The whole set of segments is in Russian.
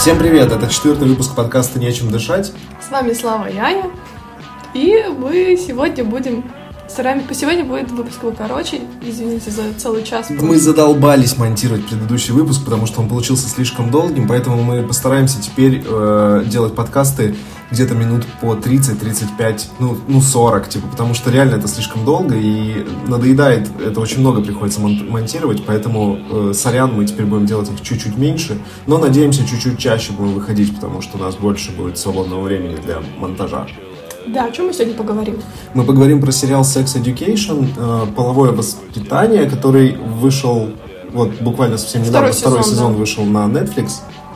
Всем привет, это 4-й выпуск подкаста «Не о чем дышать». С вами Слава и Аня. И мы сегодня будем... Сегодня будет выпуск покороче. Извините за целый час. Мы задолбались монтировать предыдущий выпуск, потому что он получился слишком долгим, поэтому мы постараемся теперь делать подкасты где-то минут по 30-35, 40, потому что реально это слишком долго и надоедает, это очень много приходится монтировать, поэтому сорян, мы теперь будем делать их чуть-чуть меньше, но надеемся, чуть-чуть чаще будем выходить, потому что у нас больше будет свободного времени для монтажа. Да, о чем мы сегодня поговорим? Мы поговорим про сериал Sex Education, половое воспитание, который вышел буквально совсем недавно. Второй сезон вышел на Netflix.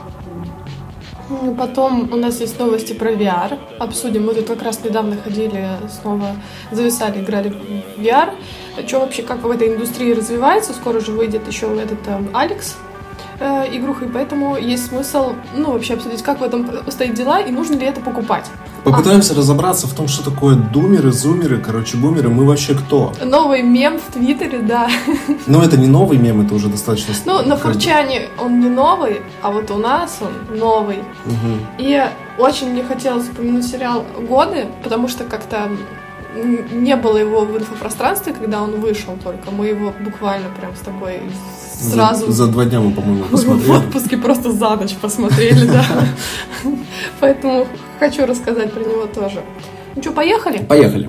Потом у нас есть новости про VR. Обсудим. Мы тут как раз недавно ходили, снова зависали, играли в VR. Что вообще, как в этой индустрии развивается. Скоро же выйдет еще этот Алекс игруха, и поэтому есть смысл, вообще обсудить, как в этом стоят дела и нужно ли это покупать. Попытаемся разобраться в том, что такое думеры, зумеры, бумеры, мы вообще кто? Новый мем в Твиттере, да. Но это не новый мем, это уже достаточно... на Форчане он не новый, а вот у нас он новый. Угу. И очень мне хотелось упомянуть сериал «Годы», потому что как-то не было его в инфопространстве, когда он вышел только. Мы его буквально прям с тобой сразу... За 2 дня мы, по-моему, посмотрели. В отпуске просто за ночь посмотрели, да. Поэтому хочу рассказать про него тоже. Ну что, поехали? Поехали.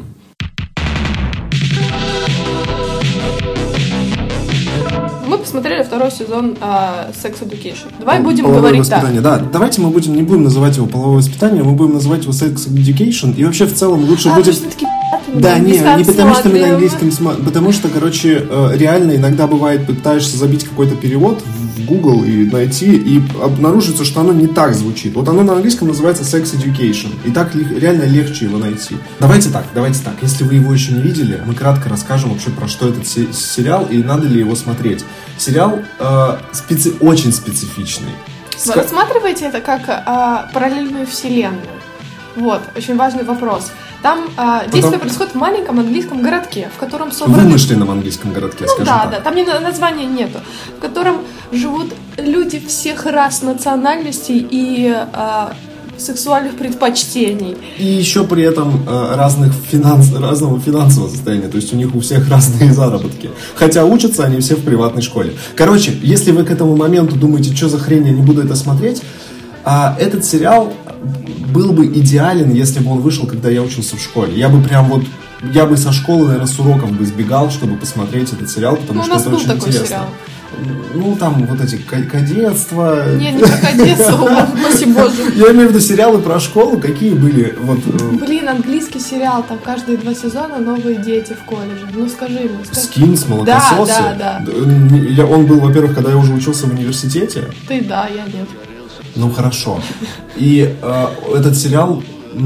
Мы посмотрели второй сезон Sex Education. Давай будем говорить так. Да, давайте мы не будем называть его половое воспитание, мы будем называть его Sex Education. И вообще в целом лучше будем... Да, не потому что мы на английском смотрим, потому что, реально иногда бывает, пытаешься забить какой-то перевод в Google и найти, и обнаружится, что оно не так звучит. Вот оно на английском называется Sex Education, и так реально легче его найти. Давайте так, если вы его еще не видели, мы кратко расскажем вообще про что этот сериал и надо ли его смотреть. Сериал очень специфичный. Вы рассматриваете это как параллельную вселенную? Вот, очень важный вопрос. Там действие происходит в маленьком английском городке, в котором собраны... Вымышленном английском городке, скажем так. Да, там названия нету. В котором живут люди всех рас, национальностей и сексуальных предпочтений. И еще при этом разного финансового состояния. То есть у них у всех разные заработки. Хотя учатся они все в приватной школе. Если вы к этому моменту думаете, что за хрень, я не буду это смотреть, этот сериал был бы идеален, если бы он вышел, когда я учился в школе. Я бы со школы, наверное, с уроков бы сбегал, чтобы посмотреть этот сериал, потому что это очень интересно. Сериал. Там эти кадетства. Не про кадетство, спаси боже. Я имею в виду сериалы про школу, какие были. Английский сериал, там каждые 2 сезона новые дети в колледже. Скажи мне. Скинс, молокососы. Да. Он был, во-первых, когда я уже учился в университете. Ты да, я нет. Хорошо. И этот сериал,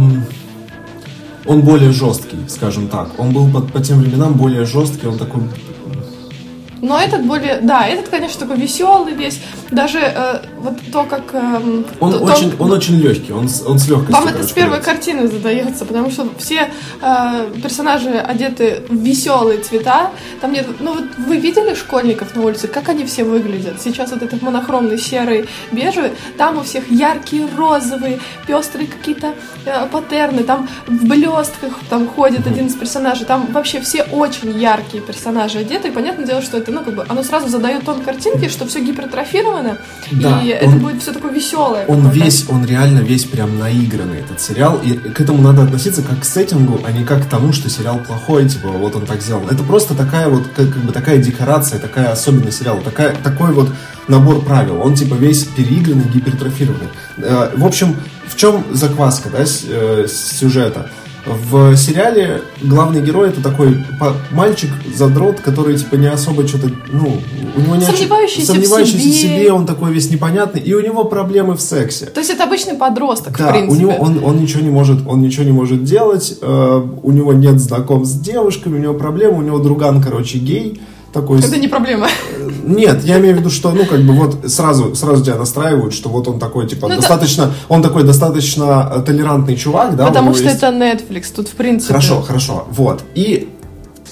он более жесткий, скажем так. Он был по тем временам более жесткий, он такой... Но этот этот, конечно, такой веселый весь. Даже то, как... Он очень легкий, он с легкостью. Вам это с первой картины задается, потому что все персонажи одеты в веселые цвета. Там нет... вы видели школьников на улице, как они все выглядят? Сейчас этот монохромный серый, бежевый. Там у всех яркие розовые, пестрые какие-то паттерны. Там в блестках там ходит один из персонажей. Там вообще все очень яркие персонажи одеты. И понятное дело, что это оно сразу задает тон картинки, что все гипертрофировано, да, и это будет все такое веселое. Он реально весь прям наигранный, этот сериал, и к этому надо относиться как к сеттингу, а не как к тому, что сериал плохой, он так сделан. Это просто такая такая декорация, такая особенность сериала, такой набор правил. Он весь переигранный, гипертрофированный. В общем, в чем закваска, сюжета? В сериале главный герой это такой мальчик-задрот, который не особо что-то, у него сомневающийся в себе, он такой весь непонятный, и у него проблемы в сексе. То есть это обычный подросток, да, в принципе. У него он ничего не может делать, у него нет знакомств с девушками, у него проблемы, у него друган, гей. Такой... Это не проблема. Нет, я имею в виду, что, сразу тебя настраивают, что он такой, достаточно толерантный чувак, да? Потому что это Netflix, тут в принципе. Хорошо, И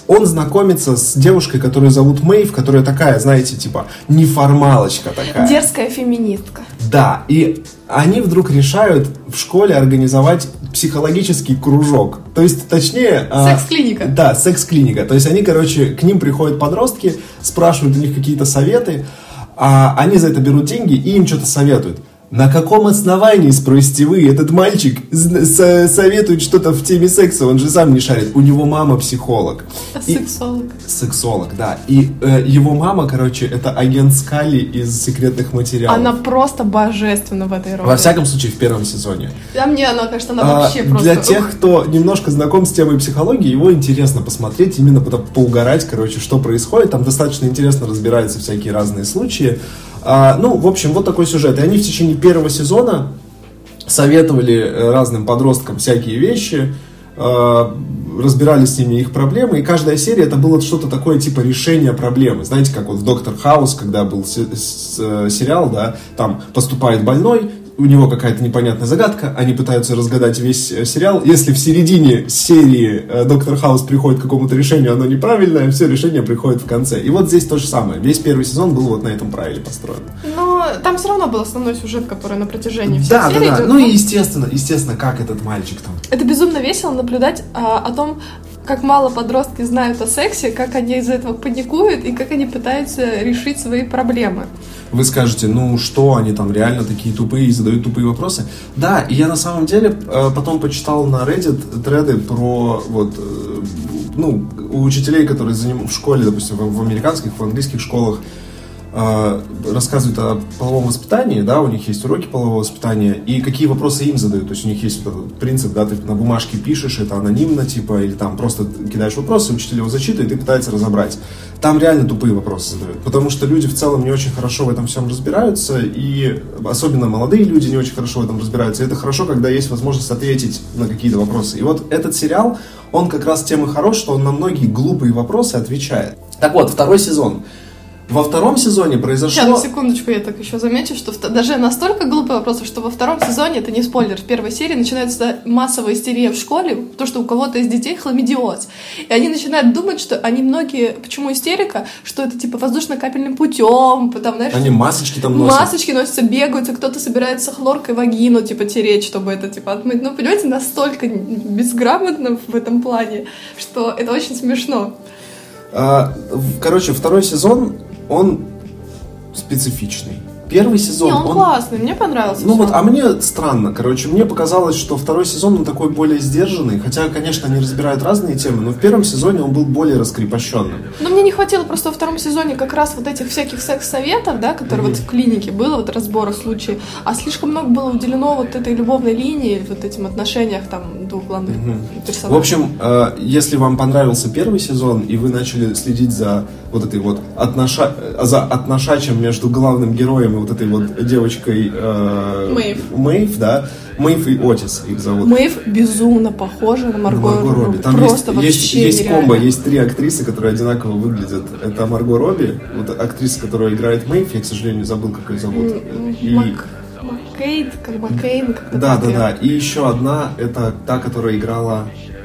он знакомится с девушкой, которую зовут Мэйв, которая такая, знаете, типа, неформалочка такая. Дерзкая феминистка. Да, и они вдруг решают в школе организовать психологический кружок. То есть, точнее... Секс-клиника. Да, секс-клиника. То есть, они, короче, к ним приходят подростки, спрашивают у них какие-то советы, а они за это берут деньги и им что-то советуют. На каком основании, спросите вы, этот мальчик советует что-то в теме секса? Он же сам не шарит. У него мама психолог. Сексолог. Сексолог, да. И его мама, короче, это агент Скалли из «Секретных материалов». Она просто божественна в этой роли. Во всяком случае, в первом сезоне. Да, мне она, кажется, она вообще просто... Для тех, кто немножко знаком с темой психологии, его интересно посмотреть, именно поугарать, короче, что происходит. Там достаточно интересно разбираются всякие разные случаи. В общем, вот такой сюжет. И они в течение первого сезона советовали разным подросткам всякие вещи, разбирали с ними их проблемы, и каждая серия это было что-то такое типа решения проблемы. Знаете, как вот в «Доктор Хаус», когда был сериал, да, там поступает больной, у него какая-то непонятная загадка, они пытаются разгадать весь сериал. Если в середине серии Доктор Хаус приходит к какому-то решению, оно неправильное, все решение приходит в конце. И вот здесь то же самое. Весь первый сезон был вот на этом правиле построен. Но там все равно был основной сюжет, который на протяжении всей серии. Да. Ну и естественно, как этот мальчик там. Это безумно весело наблюдать о том, как мало подростки знают о сексе, как они из-за этого паникуют и как они пытаются решить свои проблемы. Вы скажете, ну что, они там реально такие тупые и задают тупые вопросы? Да, и я на самом деле потом почитал на Reddit треды про у учителей, которые в школе, допустим, в американских, в английских школах рассказывают о половом воспитании, да, у них есть уроки полового воспитания, и какие вопросы им задают. То есть у них есть этот принцип, да, ты на бумажке пишешь, это анонимно, типа, или там просто кидаешь вопросы, учитель его зачитывает и пытается разобрать. Там реально тупые вопросы задают, потому что люди в целом не очень хорошо в этом всем разбираются, и особенно молодые люди не очень хорошо в этом разбираются, и это хорошо, когда есть возможность ответить на какие-то вопросы. И вот этот сериал, он как раз тем и хорош, что он на многие глупые вопросы отвечает. Так вот, второй сезон. Во втором сезоне произошло... Сейчас, на секундочку, я так еще замечу, что даже настолько глупый вопрос, что во втором сезоне, это не спойлер, в первой серии начинается массовая истерия в школе, то, что у кого-то из детей хламидиоз. И они начинают думать, что они многие... Почему истерика? Что это типа воздушно-капельным путем, там, знаешь... Они масочки там носят. Масочки носятся, бегаются, кто-то собирается хлоркой вагину, типа, тереть, чтобы это, типа, отмыть. Ну, понимаете, настолько безграмотно в этом плане, что это очень смешно. Короче, второй сезон... Он специфичный. Первый сезон... он классный, мне понравился. А мне странно, короче, мне показалось, что второй сезон, он такой более сдержанный, хотя, конечно, они разбирают разные темы, но в первом сезоне он был более раскрепощенным. Но мне не хватило просто во втором сезоне как раз вот этих всяких секс-советов, да, которые вот в клинике было, вот разбора случаев, а слишком много было уделено вот этой любовной линии, вот этим отношениях там двух главных персонажей. В общем, если вам понравился первый сезон, и вы начали следить за вот этой вот отношачем между главным героем и вот этой вот девочкой Мэйв, да, Мэйв и Отис их зовут. Мэйв безумно похожа на Марго Робби. Там просто есть комбо, есть 3 актрисы, которые одинаково выглядят. Это Марго Робби, вот актриса, которая играет Мэйв, я, к сожалению, забыл, как ее зовут. Маккейн. Да. И еще одна, это та, которая играла...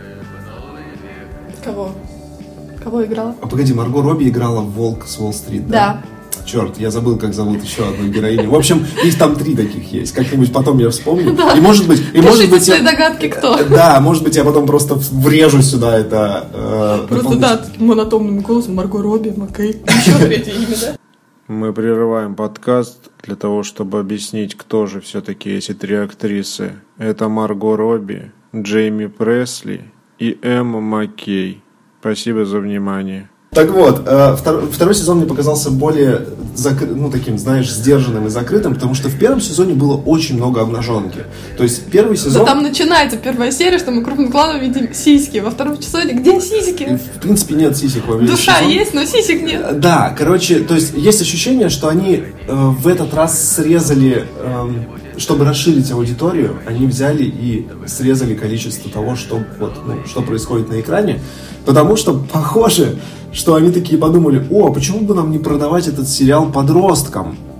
Кого играла? Погоди, Марго Робби играла в «Волк с Уолл-стрит», да? Да. Черт, я забыл, как зовут еще одну героиню. В общем, их там 3 таких есть. Как-нибудь потом я вспомню. Да. И может быть... свои догадки, кто. Да, может быть, я потом просто врежу сюда это... Просто, да, монотонным голосом Марго Робби, Маккейн. Еще 3-е имя, да? Мы прерываем подкаст для того, чтобы объяснить, кто же все-таки эти 3 актрисы. Это Марго Робби, Джейми Пресли и Эмма Маккей. Спасибо за внимание. Так вот, второй сезон мне показался более таким, знаешь, сдержанным и закрытым, потому что в первом сезоне было очень много обнаженки. То есть первый сезон... Да там начинается первая серия, что мы крупным планом видим сиськи. Во втором сезоне где сиськи? В принципе, нет сисек во время Душа сезона. есть, но сисек нет. Да, короче, то есть есть ощущение, что они в этот раз срезали... Чтобы расширить аудиторию, они взяли и срезали количество того, что происходит на экране, потому что похоже, что они такие подумали: почему бы нам не продавать этот сериал подросткам?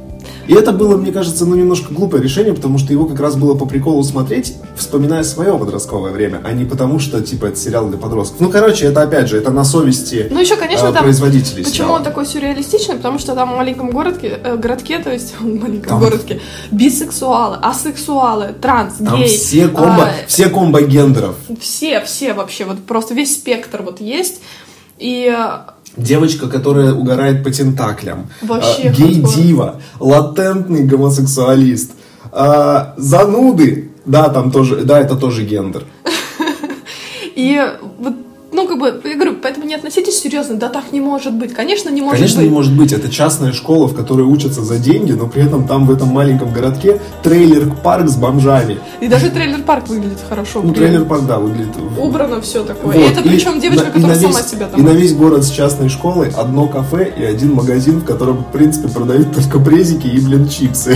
И это было, мне кажется, немножко глупое решение, потому что его как раз было по приколу смотреть, вспоминая свое подростковое время, а не потому что, типа, это сериал для подростков. Ну, короче, это опять же, это на совести еще, конечно, производителей почему сериала. Он такой сюрреалистичный? Потому что там в маленьком городке, то есть в маленьком городке, бисексуалы, асексуалы, транс, там гей. Все комбо гендеров. Все вообще, вот просто весь спектр вот есть. И... Девочка, которая угорает по тентаклям. Вообще гей-дива, латентный гомосексуалист. Зануды. Да, там тоже, да, это тоже гендер. И вот, ну, как бы, я говорю, поэтому не относитесь серьезно, да так не может быть. Конечно, не может быть. Конечно, не может быть. Это частная школа, в которой учатся за деньги, но при этом там в этом маленьком городке трейлер-парк с бомжами. И даже трейлер-парк выглядит хорошо. Ну, трейлер-парк, да, выглядит... Убрано все такое. Вот. И это причем девочка, которая сама себя там... И на весь город с частной школой одно кафе и один магазин, в котором, в принципе, продают только презики и, чипсы.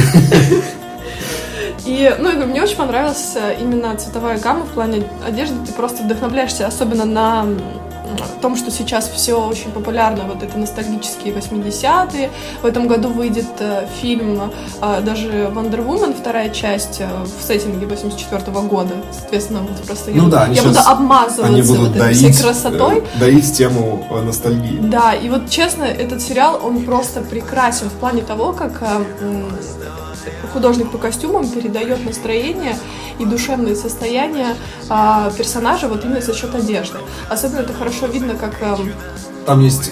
И, ну, я говорю, мне очень понравилась именно цветовая гамма в плане одежды. Ты просто вдохновляешься, особенно на том, что сейчас все очень популярно, вот это ностальгические 80-е. В этом году выйдет фильм даже Wonder Woman, вторая часть в сеттинге 84-го года. Соответственно, вот просто я буду обмазываться вот этой всей красотой. Доить тему ностальгии. Да, и вот честно, этот сериал, он просто прекрасен в плане того, как художник по костюмам передает настроение и душевное состояние персонажа вот именно за счет одежды. Особенно это хорошо видно, как... Там есть...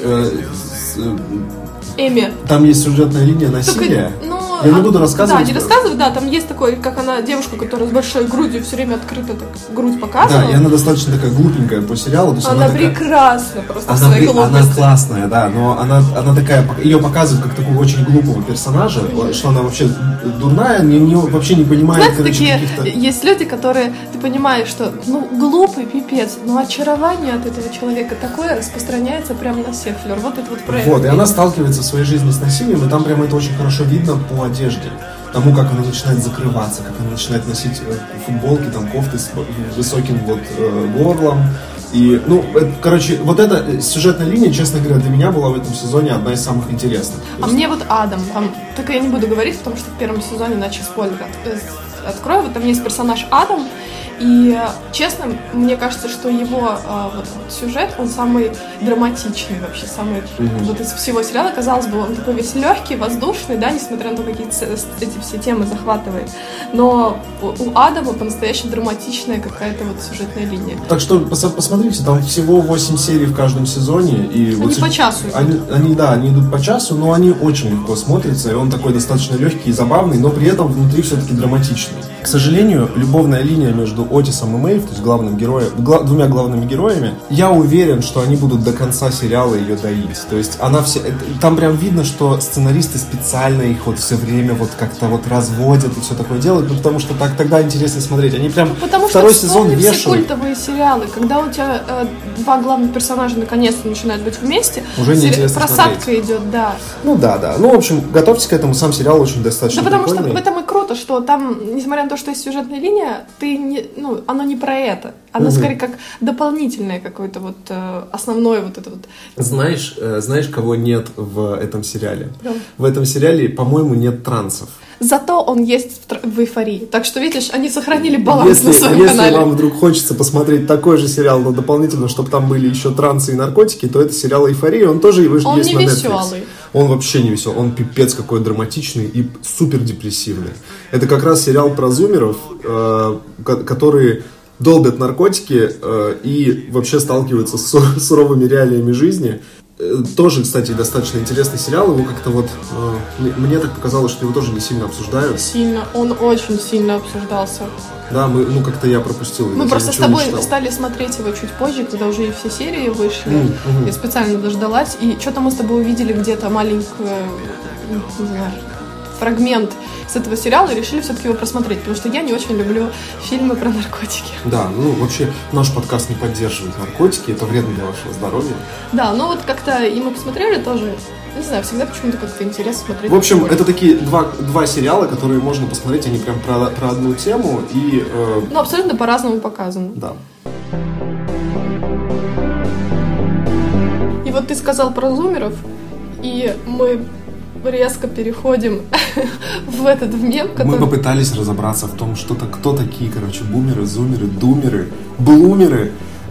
Эми. Там есть сюжетная линия насилия. Я не буду рассказывать. Да, не рассказывать, да, там есть такой, как она, девушка, которая с большой грудью все время открыто так грудь показывала. Да, и она достаточно такая глупенькая по сериалу. То есть она прекрасна просто в своей глупости. Она классная, да, но она такая, ее показывают как такого очень глупого персонажа, что она вообще дурная, вообще не понимает. Знаете, такие есть люди, которые, ты понимаешь, что, ну, глупый пипец, но очарование от этого человека такое распространяется прямо на всех, Флёр. Вот это вот проект. Вот, и она сталкивается в своей жизни с насилием, и там прямо это очень хорошо видно по одежде. Тому, как она начинает закрываться, как она начинает носить футболки, там, кофты с высоким вот горлом. И, ну, короче, вот эта сюжетная линия, честно говоря, для меня была в этом сезоне одна из самых интересных. Мне вот Адам, там, так я не буду говорить, потому что в первом сезоне, иначе спойлер открою, вот там есть персонаж Адам, и, честно, мне кажется, что его вот сюжет, он самый драматичный вообще, самый вот из всего сериала, казалось бы, он такой весь легкий, воздушный, да, несмотря на то, какие эти все темы захватывает, но у Адама по-настоящему драматичная какая-то вот сюжетная линия. Так что посмотрите, там всего 8 серий в каждом сезоне. И они вот по часу. Они идут по часу, но они очень легко смотрятся, и он такой достаточно легкий и забавный, но при этом внутри все-таки драматичный. К сожалению, любовная линия между Отисом и Мэйв, то есть двумя главными героями, я уверен, что они будут до конца сериала ее доить. То есть там прям видно, что сценаристы специально их вот все время вот как-то вот разводят и все такое делают, ну, потому что тогда интересно смотреть. Они прям второй сезон вешают. Все культовые сериалы, когда у тебя два главных персонажа наконец-то начинают быть вместе, уже неинтересно просадка смотреть. идет, да. Ну да. Ну, в общем, готовьтесь к этому, сам сериал очень достаточно прикольный. Да, потому прикольный. что в этом и круто, что там, несмотря на то, что есть сюжетная линия, оно не про это. Оно скорее как дополнительное какое-то вот основное вот это вот. Знаешь, кого нет в этом сериале? Да. В этом сериале, по-моему, нет трансов. Зато он есть в «Эйфории». Так что, видишь, они сохранили баланс на своем канале. Если вам вдруг хочется посмотреть такой же сериал, но дополнительно, чтобы там были еще трансы и наркотики, то это сериал «Эйфория». Он тоже есть на Netflix. Он не веселый. Он вообще не веселый. Он пипец какой драматичный и супер депрессивный. Это как раз сериал про зумеров, которые долбят наркотики и вообще сталкиваются с суровыми реалиями жизни. Тоже, кстати, достаточно интересный сериал. Его как-то вот... мне так показалось, что его тоже не сильно обсуждают. Сильно. Он очень сильно обсуждался. Да, как-то я пропустил его. Мы просто с тобой стали смотреть его чуть позже, когда уже и все серии вышли. Я специально дождалась. И что-то мы с тобой увидели где-то маленькую, не знаю, фрагмент с этого сериала и решили все-таки его просмотреть, потому что я не очень люблю фильмы про наркотики. Да, вообще наш подкаст не поддерживает наркотики, это вредно для вашего здоровья. Да, вот как-то и мы посмотрели тоже, не знаю, всегда почему-то как-то интересно смотреть. В общем, это такие два сериала, которые можно посмотреть, они прям про одну тему и... абсолютно по-разному показаны. Да. И вот ты сказал про зумеров, и мы резко переходим в этот мем, который... Мы попытались разобраться в том, кто такие, бумеры, зумеры, думеры, блумеры,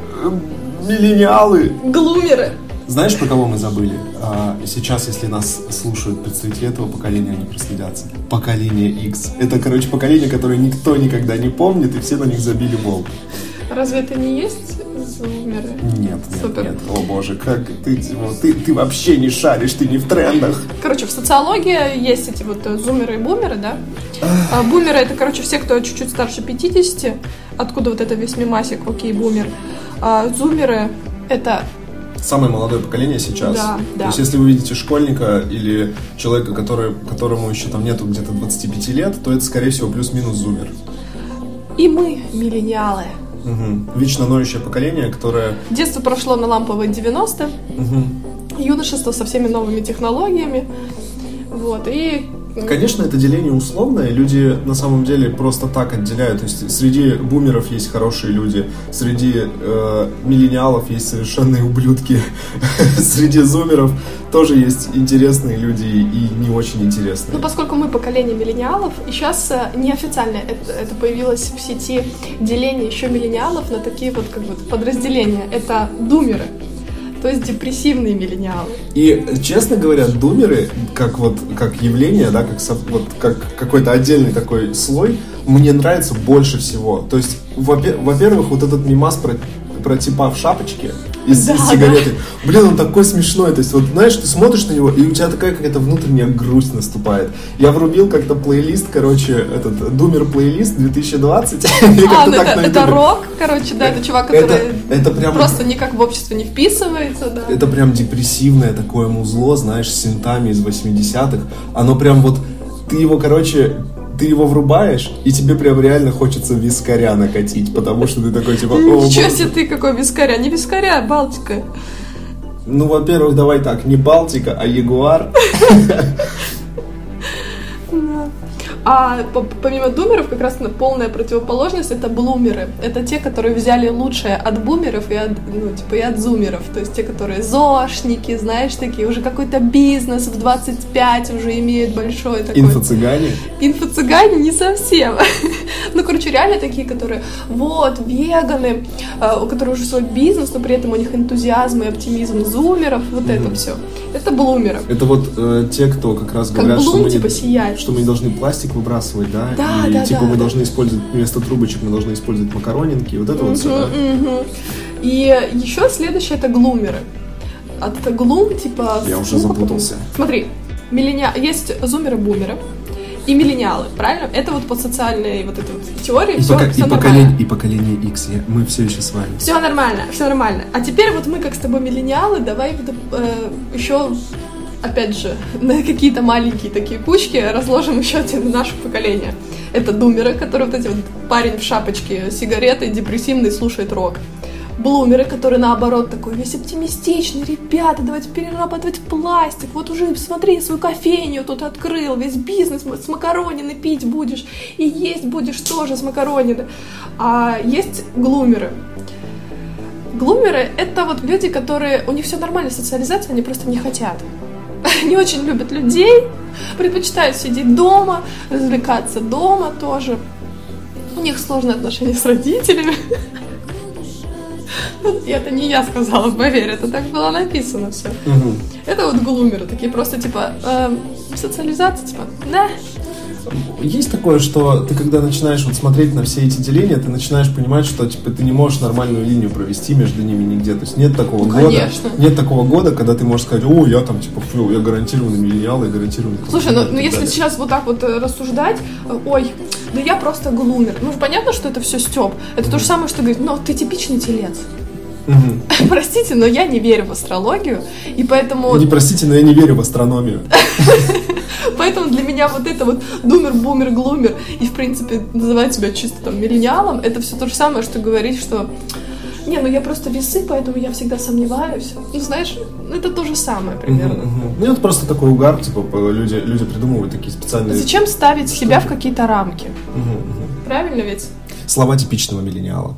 миллениалы. Глумеры. Знаешь, про кого мы забыли? Сейчас, если нас слушают представители этого поколения, они проследятся. Поколение X. Это, поколение, которое никто никогда не помнит, и все на них забили волк. Разве это не есть зумеры? Нет. О боже, как ты вообще не шаришь, ты не в трендах. В социологии есть эти зумеры и бумеры, да? Бумеры — это, все, кто чуть-чуть старше 50, откуда это весь мемасик, окей, бумер. А зумеры — это... Самое молодое поколение сейчас. Да. То есть, если вы видите школьника или человека, которому еще нету где-то 25 лет, то это, скорее всего, плюс-минус зумер. И мы миллениалы. Угу. Вечно ноющее поколение, которое... Детство прошло на ламповые 90-е, юношество со всеми новыми технологиями. И... Конечно, это деление условное, люди на самом деле просто так отделяют. То есть среди бумеров есть хорошие люди, среди миллениалов есть совершенные ублюдки, среди зумеров тоже есть интересные люди и не очень интересные. Поскольку мы поколение миллениалов, и сейчас неофициально это появилось в сети деление еще миллениалов на такие подразделения. Это думеры. То есть депрессивные миллениалы. И, честно говоря, думеры, как явление, да, как какой-то отдельный такой слой, мне нравится больше всего. То есть, во-первых, этот мемас про типа в шапочке из сигареты. Да. Блин, он такой смешной. То есть, знаешь, ты смотришь на него, и у тебя такая какая-то внутренняя грусть наступает. Я врубил как-то плейлист, думер-плейлист 2020. Это рок, это чувак, который просто никак в общество не вписывается. Да. Это прям депрессивное такое музло, знаешь, с синтами из 80-х. Оно прям ты его врубаешь, и тебе прям реально хочется вискаря накатить, потому что ты такой Ничего себе ты какой вискаря, не вискаря, а Балтика. Во-первых, давай так, не Балтика, а Ягуар. А помимо думеров, как раз полная противоположность — это блумеры. Это те, которые взяли лучшее от бумеров и от зумеров. То есть те, которые зошники, знаешь, такие, уже какой-то бизнес в 25 уже имеют большой такой... Инфо-цыгане? Инфо-цыгане не совсем. Реально такие, которые, веганы, у которых уже свой бизнес, но при этом у них энтузиазм и оптимизм зумеров, это все. Это блумеры. Это те, кто как раз говорят, что мы не должны пластик выбрасывать, да? Мы должны использовать вместо трубочек, мы должны использовать макаронинки, все, да? И еще следующее — это глумеры. Это глум, Я уже запутался. Смотри, есть зумеры-бумеры и миллениалы, правильно? Это по социальной теории все нормально. И поколение X, мы все еще с вами. Все нормально. А теперь мы, как с тобой миллениалы, давай еще... Опять же, на какие-то маленькие такие кучки разложим еще наше поколение. Это думеры, которые парень в шапочке, сигареты, депрессивный, слушает рок. Блумеры, которые наоборот такой весь оптимистичный: ребята, давайте перерабатывать пластик, уже смотри, свою кофейню тут открыл, весь бизнес с макаронины пить будешь, и есть будешь тоже с макаронины. А есть глумеры. Глумеры — это люди, которые, у них все нормально, социализация, они просто не хотят. Не очень любят людей, предпочитают сидеть дома, развлекаться дома тоже. У них сложные отношения с родителями. И это не я сказала, поверь, это так было написано все. Это глумеры, такие просто социализация, да. Есть такое, что ты, когда начинаешь смотреть на все эти деления, ты начинаешь понимать, что ты не можешь нормальную линию провести между ними нигде. То есть нет такого года, когда ты можешь сказать: я я гарантированный миллениал, я гарантированный... Слушай, если сейчас так рассуждать, да я просто глумер. Понятно, что это все стёб. Это то же самое, что говорить: ты типичный телец. Простите, но я не верю в астрологию, и поэтому... Не простите, но я не верю в астрономию. Поэтому для меня это думер, бумер, глумер и, в принципе, называть себя чисто миллениалом, это все то же самое, что говорить, что я просто весы, поэтому я всегда сомневаюсь. Знаешь, это то же самое примерно. Это просто такой угар, люди придумывают такие специальные... Зачем ставить себя в какие-то рамки? Правильно ведь? Слова типичного миллениала.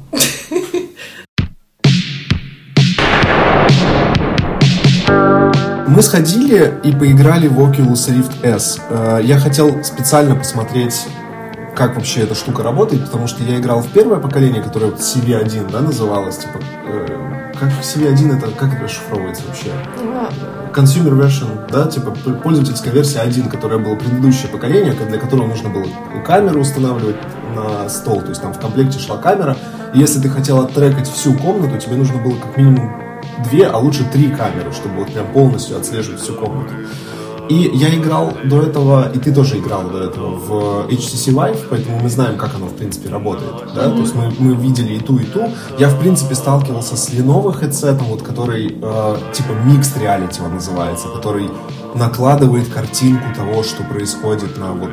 Мы сходили и поиграли в Oculus Rift S. Я хотел специально посмотреть, как вообще эта штука работает, потому что я играл в первое поколение, которое вот CV1, да, называлось, типа, как CV1 это, как это расшифровывается вообще? Consumer version, да, типа пользовательская версия 1, которая была предыдущее поколение, для которого нужно было камеру устанавливать на стол, то есть там в комплекте шла камера, и если ты хотел оттрекать всю комнату, тебе нужно было как минимум 2, а лучше 3 камеры, чтобы вот прям полностью отслеживать всю комнату. И я играл до этого, и ты тоже играл до этого в HTC Vive, поэтому мы знаем, как оно, в принципе, работает, да, то есть мы видели и ту. Я, в принципе, сталкивался с Lenovo хедсетом, вот, который, типа, Mixed Reality он называется, который накладывает картинку того, что происходит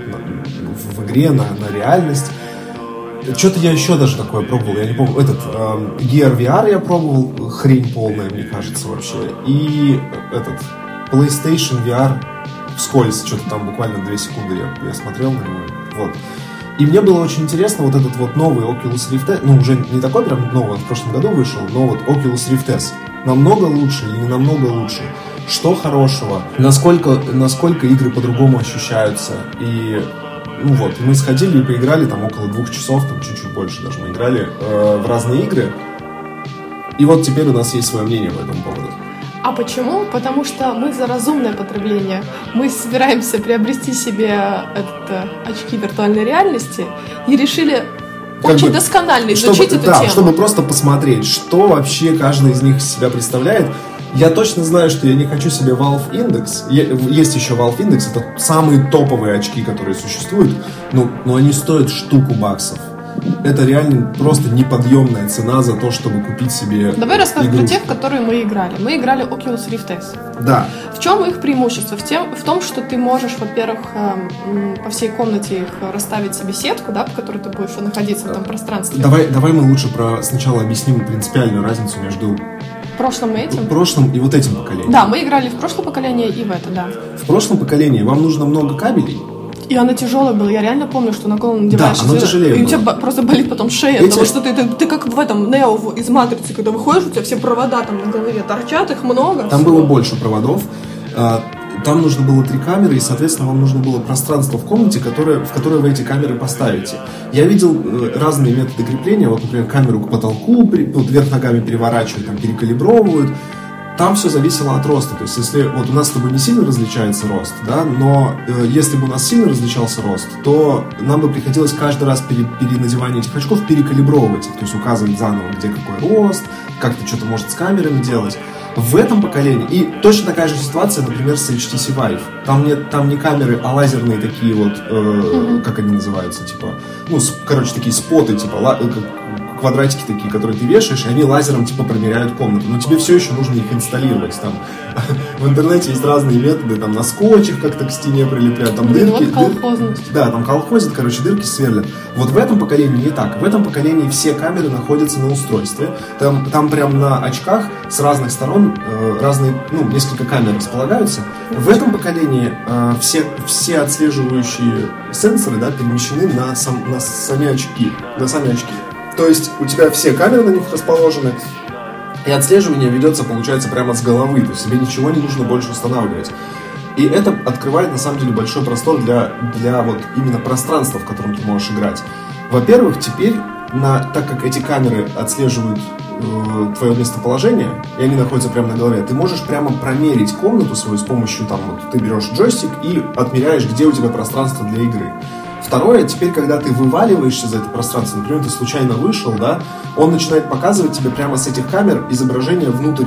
в игре, на реальность. Что-то я еще даже такое пробовал, я не помню, Gear VR я пробовал, хрень полная, мне кажется, вообще, и PlayStation VR вскользь, что-то там буквально 2 секунды я смотрел на него, вот. И мне было очень интересно вот этот вот новый Oculus Rift S, ну, уже не такой прям новый, он в прошлом году вышел, но вот Oculus Rift S намного лучше или не намного лучше, что хорошего, насколько игры по-другому ощущаются, и, ну вот, мы сходили и поиграли там около 2 часов, там чуть-чуть больше даже мы играли в разные игры, и вот теперь у нас есть свое мнение по этому поводу. А почему? Потому что мы за разумное потребление. Мы собираемся приобрести себе очки виртуальной реальности и решили очень досконально изучить эту тему. Чтобы просто посмотреть, что вообще каждый из них из себя представляет. Я точно знаю, что я не хочу себе Valve Index. Есть еще Valve Index, это самые топовые очки, которые существуют, но они стоят штуку баксов. Это реально просто неподъемная цена за то, чтобы купить себе Давай расскажем про тех, в которые мы играли. Мы играли Oculus Rift S. Да. В чем их преимущество? В том, что ты можешь, во-первых, по всей комнате их расставить себе сетку, да, по которой ты будешь находиться в этом пространстве. Давай мы лучше сначала объясним принципиальную разницу между прошлым и этим? Прошлым и вот этим поколением. Да, мы играли в прошлое поколение и в это, да. В прошлом поколении вам нужно много кабелей. И она тяжелая была. Я реально помню, что на голову надеваешь. Да, оно тяжелее. И у тебя просто болит потом шея, потому что ты как в этом Нео из Матрицы, когда выходишь, у тебя все провода там на голове торчат, их много. Там было больше проводов. Там нужно было 3 камеры, и, соответственно, вам нужно было пространство в комнате, в которое вы эти камеры поставите. Я видел разные методы крепления. Вот, например, камеру к потолку вверх ногами переворачивают, там, перекалибровывают. Там все зависело от роста. То есть, если вот у нас с тобой не сильно различается рост, да, но если бы у нас сильно различался рост, то нам бы приходилось каждый раз перед надеванием этих очков перекалибровывать их, то есть указывать заново, где какой рост, как-то что-то может с камерами делать. В этом поколении, и точно такая же ситуация, например, с HTC Vive. Там не камеры, а лазерные такие вот, как они называются, типа, такие споты, типа, квадратики такие, которые ты вешаешь, и они лазером типа промеряют комнату. Но тебе все еще нужно их инсталлировать. Там в интернете есть разные методы, там на скотчах как-то к стене прилепляют, там дырки. Да, там колхозят, дырки сверлят. Вот в этом поколении не так. В этом поколении все камеры находятся на устройстве. Там прям на очках с разных сторон разные, несколько камер располагаются. В этом поколении все отслеживающие сенсоры, да, перемещены на сами очки. То есть у тебя все камеры на них расположены, и отслеживание ведется, получается, прямо с головы. То есть тебе ничего не нужно больше устанавливать. И это открывает, на самом деле, большой простор для вот именно пространства, в котором ты можешь играть. Во-первых, теперь, так как эти камеры отслеживают твое местоположение, и они находятся прямо на голове, ты можешь прямо промерить комнату свою с помощью, ты берешь джойстик и отмеряешь, где у тебя пространство для игры. Второе, теперь, когда ты вываливаешься за это пространство, например, ты случайно вышел, да, он начинает показывать тебе прямо с этих камер изображение внутрь,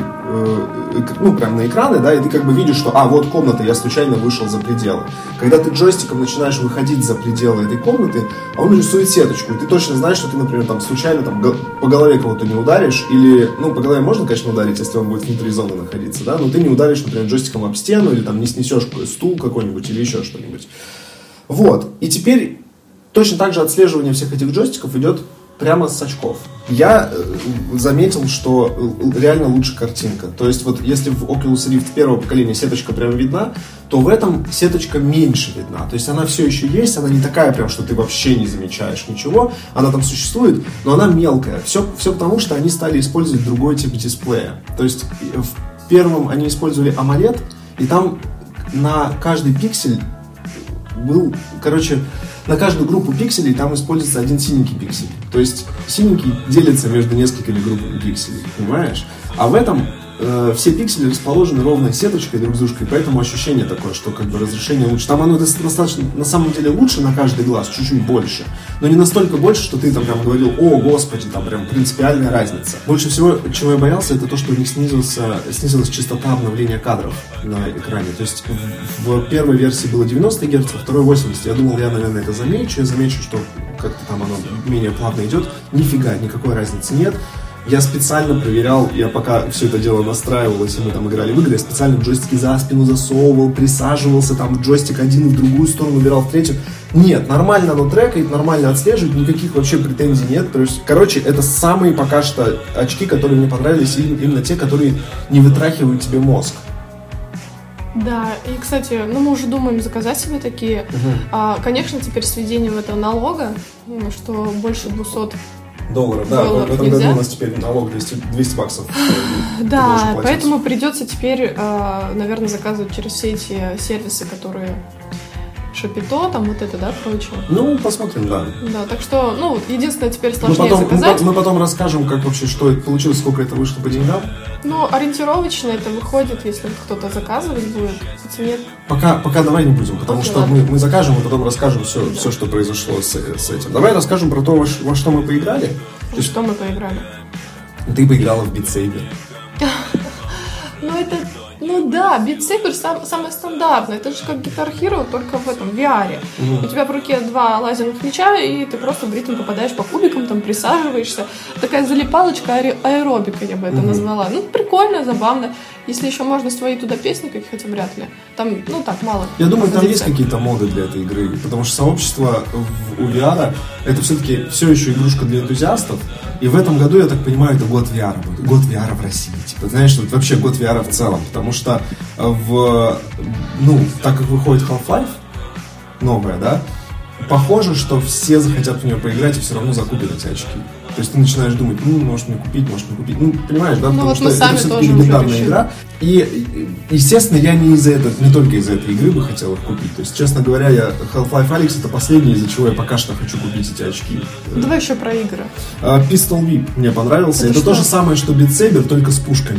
прямо на экраны, да, и ты как бы видишь, что, вот комната, я случайно вышел за пределы. Когда ты джойстиком начинаешь выходить за пределы этой комнаты, он рисует сеточку, и ты точно знаешь, что ты, например, случайно по голове кого-то не ударишь, или, по голове можно, конечно, ударить, если он будет внутри зоны находиться, да, но ты не ударишь, например, джойстиком об стену, или не снесешь стул какой-нибудь, или еще что-нибудь. Вот, и теперь точно так же отслеживание всех этих джойстиков идет прямо с очков. Я заметил, что реально лучше картинка. То есть вот если в Oculus Rift первого поколения сеточка прям видна, то в этом сеточка меньше видна. То есть она все еще есть, она не такая прям, что ты вообще не замечаешь ничего. Она там существует, но она мелкая. Все потому, что они стали использовать другой тип дисплея. То есть в первом они использовали AMOLED, И там на каждый пиксель был, на каждую группу пикселей там используется один синенький пиксель. То есть синенький делится между несколькими группами пикселей, понимаешь? А в этом все пиксели расположены ровной сеточкой друг с дружкой, поэтому ощущение такое, что как бы разрешение лучше. Там оно достаточно, на самом деле, лучше на каждый глаз, чуть-чуть больше. Но не настолько больше, что ты там прям говорил: о, господи, там прям принципиальная разница. Больше всего, чего я боялся, это то, что у них снизилась частота обновления кадров на экране. То есть в первой версии было 90 Гц, во второй 80. Я думал, я, наверное, это замечу. Я замечу, что как-то там оно менее плавно идет. Нифига, никакой разницы нет. Я специально проверял, я пока все это дело настраивалось, и мы там играли в игры, я специально джойстики за спину засовывал, присаживался, там джойстик один в другую сторону убирал, в третью. Нет, нормально оно трекает, нормально отслеживает, никаких вообще претензий нет. То есть, это самые пока что очки, которые мне понравились, именно те, которые не вытрахивают тебе мозг. Да, и, кстати, мы уже думаем заказать себе такие. Конечно, теперь с введением этого налога, что больше $200 да, в этом году у нас теперь налог $200. Да, поэтому придется теперь, наверное, заказывать через все эти сервисы, которые Шапито, там вот это, да, прочее. Посмотрим, да. Да, так что, единственное, теперь сложнее заказать. Мы потом расскажем, как вообще, что это получилось, сколько это вышло по деньгам. Ориентировочно это выходит, если кто-то заказывать будет, по цене. Пока давай не будем, потому что мы закажем и потом расскажем все, что произошло с этим. Давай расскажем про то, во что мы поиграли. Что мы поиграли? Ты поиграла в Beat Saber. Да, Beat Saber самое стандартное. Это же как Guitar Hero, только в этом, в VR. У тебя в руке 2 лазерных мяча, и ты просто в ритм попадаешь по кубикам, там присаживаешься. Такая залипалочка, аэробика, я бы это назвала. Прикольно, забавно. Если еще можно свои туда песни какие, хотя вряд ли. Там, так, мало. Я думаю, там есть какие-то моды для этой игры, потому что сообщество у VR это все-таки все еще игрушка для энтузиастов. И в этом году, я так понимаю, это год VR будет. Год VR в России. Знаешь, вообще год VR в целом. Потому что так как выходит Half-Life новая, да, похоже, что все захотят в нее поиграть и все равно закупят эти очки. То есть ты начинаешь думать, может мне купить. Понимаешь, да? Потому что это все-таки легендарная игра. И, естественно, я не только из-за этой игры бы хотел их купить. То есть, честно говоря, Half-Life Alyx это последнее, из-за чего я пока что хочу купить эти очки. Давай еще про игры. Pistol Whip мне понравился. Это то же самое, что Beat Saber, только с пушками.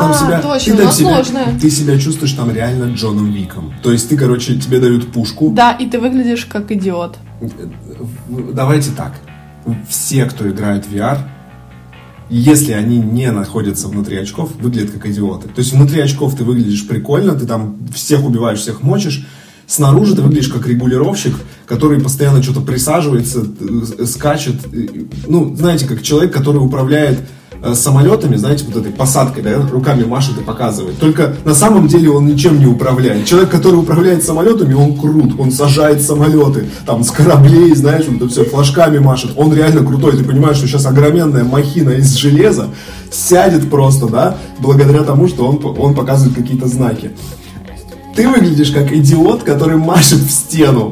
Ты себя чувствуешь там реально Джоном Виком. То есть ты, тебе дают пушку. Да, и ты выглядишь как идиот. Давайте так. Все, кто играет в VR, если они не находятся внутри очков, выглядят как идиоты. То есть внутри очков ты выглядишь прикольно, ты там всех убиваешь, всех мочишь. Снаружи ты выглядишь как регулировщик, который постоянно что-то присаживается, скачет. Знаете, как человек, который управляет самолетами, знаете, вот этой посадкой, да, руками машет и показывает. Только на самом деле он ничем не управляет. Человек, который управляет самолетами, он крут, он сажает самолеты, там, с кораблей, знаешь, вот это все, флажками машет. Он реально крутой. Ты понимаешь, что сейчас огроменная махина из железа сядет просто, да, благодаря тому, что он показывает какие-то знаки. Ты выглядишь как идиот, который машет в стену.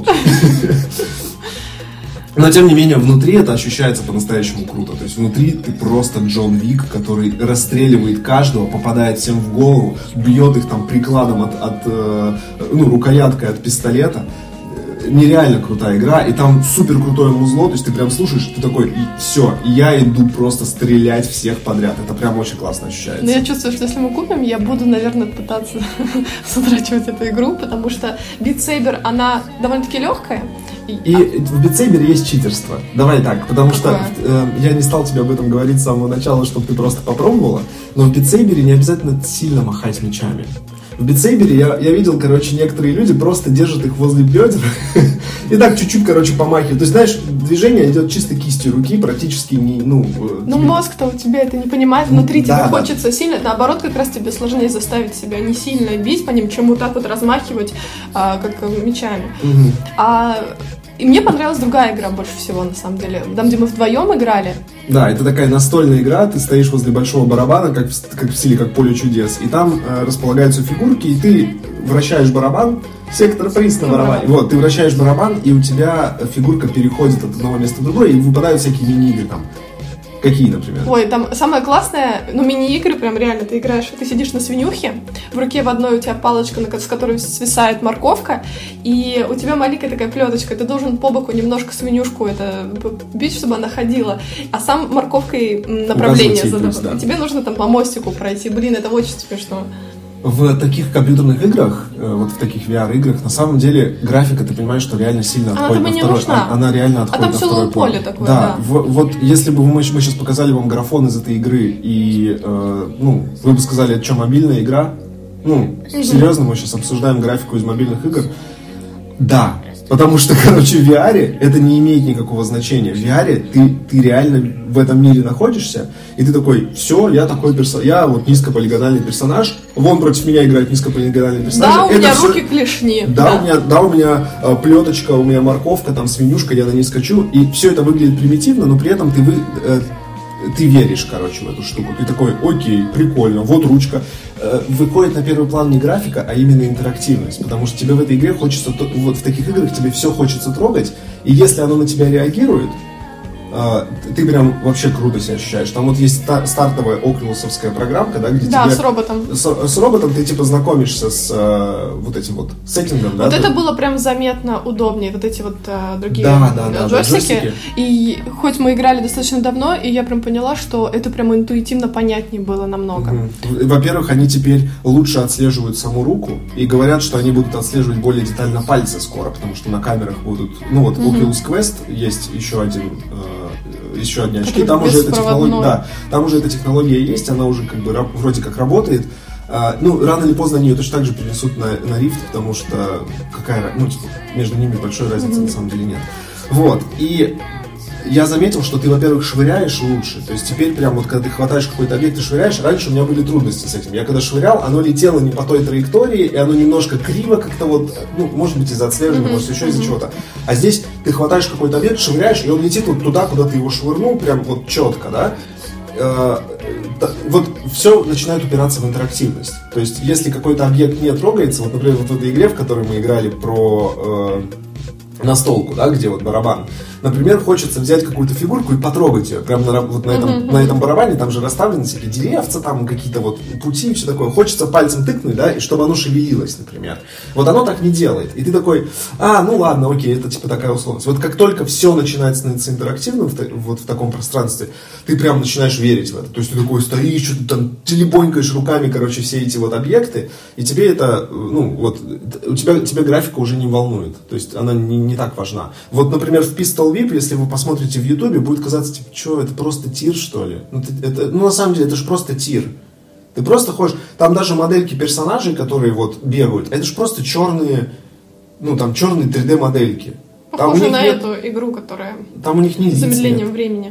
Но, тем не менее, внутри это ощущается по-настоящему круто. То есть внутри ты просто Джон Вик, который расстреливает каждого, попадает всем в голову, бьет их там прикладом рукояткой от пистолета. Нереально крутая игра, и там супер крутое музло, то есть ты прям слушаешь, ты такой, все, я иду просто стрелять всех подряд. Это прям очень классно ощущается. Но я чувствую, что если мы купим, я буду, наверное, пытаться затрачивать эту игру, потому что Beat Saber, она довольно-таки легкая. И в Beat Saber есть читерство. Давай так, потому что я не стал тебе об этом говорить с самого начала, чтобы ты просто попробовала, но в Beat Saber не обязательно сильно махать мечами. В Beat Saber я видел, некоторые люди просто держат их возле бедер и так чуть-чуть, помахивают. То есть, знаешь, движение идет чисто кистью руки, практически не, мозг-то у тебя это не понимает, внутри тебе хочется сильно, наоборот, как раз тебе сложнее заставить себя не сильно бить по ним, чем вот так вот размахивать, как мечами. И мне понравилась другая игра больше всего, на самом деле. Там, где мы вдвоем играли. Да, это такая настольная игра, ты стоишь возле большого барабана, как в стиле, как поле чудес, и там располагаются фигурки, и ты вращаешь барабан, сектор приз на барабане. Вот, ты вращаешь барабан, и у тебя фигурка переходит от одного места в другое, и выпадают всякие мини-игры там. Какие, например? Ой, там самое классное, мини-игры прям реально, ты играешь, ты сидишь на свинюхе, в руке в одной у тебя палочка, с которой свисает морковка, и у тебя маленькая такая плеточка, ты должен по боку немножко свинюшку бить, чтобы она ходила, а сам морковкой направление задавать. Да. Тебе нужно там по мостику пройти, это очень смешно. В таких компьютерных играх, вот в таких VR-играх, на самом деле графика, ты понимаешь, что реально сильно отходит на второй план. Она реально отходит на второй план. Такое, да. Вот если бы мы сейчас показали вам графон из этой игры, и вы бы сказали, это что, мобильная игра? Серьезно, мы сейчас обсуждаем графику из мобильных игр? Да. Потому что, в VR это не имеет никакого значения. В VR ты реально в этом мире находишься, и ты такой, все, я такой персонаж, я вот низкополигональный персонаж, вон против меня играет низкополигональный персонаж. Да, у меня руки клешни. Да, у меня плеточка, у меня морковка, там свинюшка, я на ней скачу, и все это выглядит примитивно, но при этом ты веришь, в эту штуку. Ты такой, окей, прикольно, вот ручка. Выходит на первый план не графика, а именно интерактивность. Потому что тебе в этой игре хочется, вот в таких играх тебе все хочется трогать, и если оно на тебя реагирует, ты прям вообще круто себя ощущаешь. Там вот есть стартовая окулусовская программка, да, где тебе... с роботом. С роботом ты знакомишься с вот этим вот сеттингом, да? Вот это было прям заметно удобнее, вот эти вот другие джойстики. И хоть мы играли достаточно давно, и я прям поняла, что это прям интуитивно понятнее было намного. Во-первых, они теперь лучше отслеживают саму руку, и говорят, что они будут отслеживать более детально пальцы скоро, потому что на камерах будут... Oculus Quest есть еще одни очки, там уже эта технология есть, она уже вроде как работает. Рано или поздно они ее точно так же перенесут на Rift, потому что между ними большой разницы на самом деле нет. Вот, и я заметил, что ты, во-первых, швыряешь лучше. То есть теперь прям вот, когда ты хватаешь какой-то объект и швыряешь, раньше у меня были трудности с этим. Я когда швырял, оно летело не по той траектории, и оно немножко криво как-то может быть из-за отслеживания, может еще из-за чего-то. А здесь ты хватаешь какой-то объект, швыряешь, и он летит вот туда, куда ты его швырнул, прям вот четко, да? Вот все начинает упираться в интерактивность. То есть если какой-то объект не трогается, вот, например, вот в этой игре, в которой мы играли про... настолку, да, где вот барабан. Например, хочется взять какую-то фигурку и потрогать ее. Прямо на этом барабане, там же расставлены всякие деревца, там какие-то вот пути и все такое. Хочется пальцем тыкнуть, да, и чтобы оно шевелилось, например. Вот оно так не делает. И ты такой, ладно, окей, это типа такая условность. Вот как только все начинает становиться интерактивным в таком пространстве, ты прям начинаешь верить в это. То есть ты такой стоишь, что-то там телебонькаешь руками, все эти вот объекты, и тебе это, тебя графика уже не волнует. То есть она не так важна. Вот, например, в Pistol Whip, если вы посмотрите в Ютубе, будет казаться, типа, что, это просто тир, что ли? На самом деле, это же просто тир. Ты просто ходишь, там даже модельки персонажей, которые вот бегают, это же просто черные, черные 3D-модельки. Похоже на эту игру, которая там у них не с замедлением времени.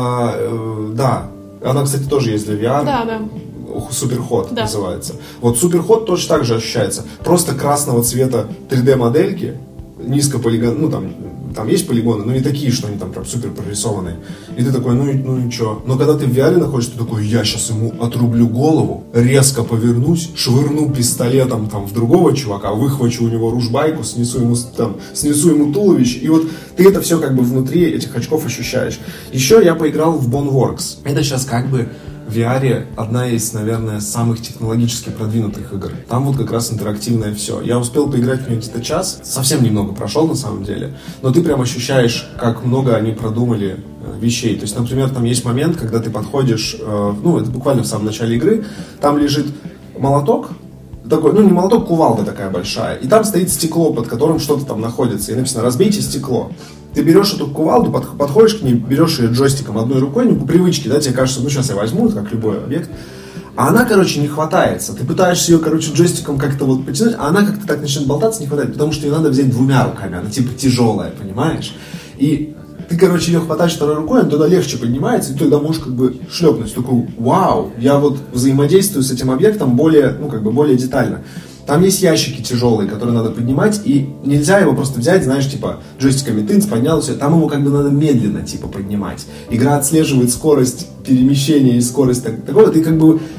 Да. Она, кстати, тоже есть для VR. Да. Суперход называется. Вот Суперход точно так же ощущается. Просто красного цвета 3D-модельки, низко полигон, там есть полигоны, но не такие, что они там прям супер прорисованные. И ты такой, ну и чё? Но когда ты в VR находишься, ты такой, я сейчас ему отрублю голову, резко повернусь, швырну пистолетом там в другого чувака, выхвачу у него ружбайку, снесу ему туловище. И вот ты это все внутри этих очков ощущаешь. Еще я поиграл в Boneworks. Это сейчас в VR одна из, наверное, самых технологически продвинутых игр. Там вот как раз интерактивное все. Я успел поиграть в нее где-то час, совсем немного прошел на самом деле, но ты прям ощущаешь, как много они продумали вещей. То есть, например, там есть момент, когда ты подходишь, это буквально в самом начале игры, там лежит молоток, такой, не молоток, кувалда такая большая, и там стоит стекло, под которым что-то там находится, и написано «разбейте стекло». Ты берешь эту кувалду, подходишь к ней, берешь ее джойстиком одной рукой, по привычке, да, тебе кажется, сейчас я возьму, как любой объект, а она, не хватается. Ты пытаешься ее, джойстиком как-то потянуть, а она как-то так начинает болтаться, не хватает, потому что ее надо взять двумя руками, она тяжелая, понимаешь? И ты, ее хватаешь второй рукой, она туда легче поднимается, и ты тогда можешь шлепнуть. Такой, вау, я взаимодействую с этим объектом более детально. Там есть ящики тяжелые, которые надо поднимать, и нельзя его просто взять, джойстиками тынц, поднял, все. Там его надо медленно, поднимать. Игра отслеживает скорость перемещения и скорость такого.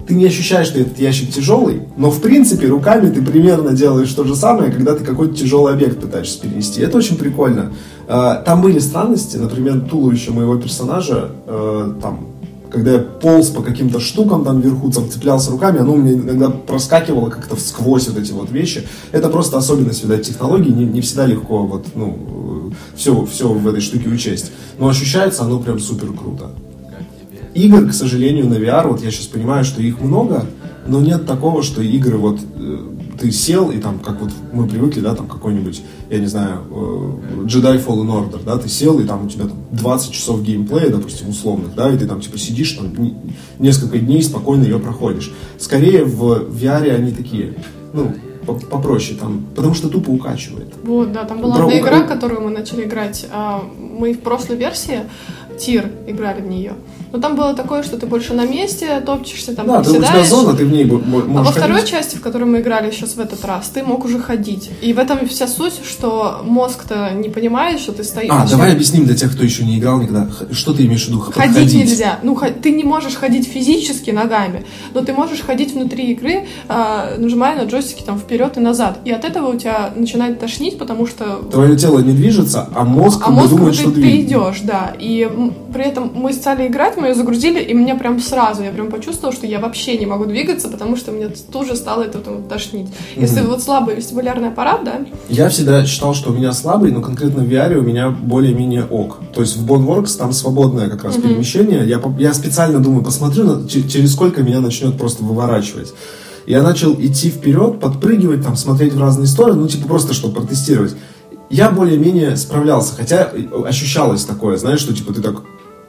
ты не ощущаешь, что этот ящик тяжелый, но в принципе руками ты примерно делаешь то же самое, когда ты какой-то тяжелый объект пытаешься перенести. Это очень прикольно. Там были странности, например, туловище моего персонажа, там, когда я полз по каким-то штукам там вверху, там, цеплялся руками, оно у меня иногда проскакивало как-то сквозь вот эти вот вещи. Это просто особенность, видать, технологий, не всегда легко вот, все в этой штуке учесть. Но ощущается оно прям супер круто. Игр, к сожалению, на VR, вот я сейчас понимаю, что их много, но нет такого, что игры вот ты сел, и там, как вот мы привыкли, да, там какой-нибудь, я не знаю, Jedi Fallen Order, да, ты сел, и там у тебя там 20 часов геймплея, допустим, условных, да, и ты там типа сидишь там несколько дней спокойно ее проходишь. Скорее в VR они такие, попроще там, потому что тупо укачивает. Вот, да, там была одна игра, которую мы начали играть, мы в прошлой версии Тир играли в нее. Но там было такое, что ты больше на месте топчешься, там приседаешь. Да, у тебя зона, ты в ней можешь ходить. А во второй части, в которой мы играли сейчас в этот раз, ты мог уже ходить. И в этом вся суть, что мозг-то не понимает, что ты стоишь. Давай объясним для тех, кто еще не играл никогда. Что ты имеешь в виду? Ходить нельзя. Ты не можешь ходить физически ногами, но ты можешь ходить внутри игры, нажимая на джойстики там вперед и назад. И от этого у тебя начинает тошнить, потому что... Твое тело не движется, а мозг думает, что ты идешь, да. И при этом мы стали играть, мы ее загрузили, и мне прям сразу, я прям почувствовала, что я вообще не могу двигаться, потому что мне тут же стало это тошнить. Если вот слабый вестибулярный аппарат, да? Я всегда считал, что у меня слабый, но конкретно в VR у меня более-менее ок. То есть в Boneworks там свободное как раз перемещение. Я специально думаю, посмотрю, через сколько меня начнет просто выворачивать. Я начал идти вперед, подпрыгивать, там, смотреть в разные стороны, просто чтобы протестировать. Я более-менее справлялся, хотя ощущалось такое, знаешь, что типа ты так...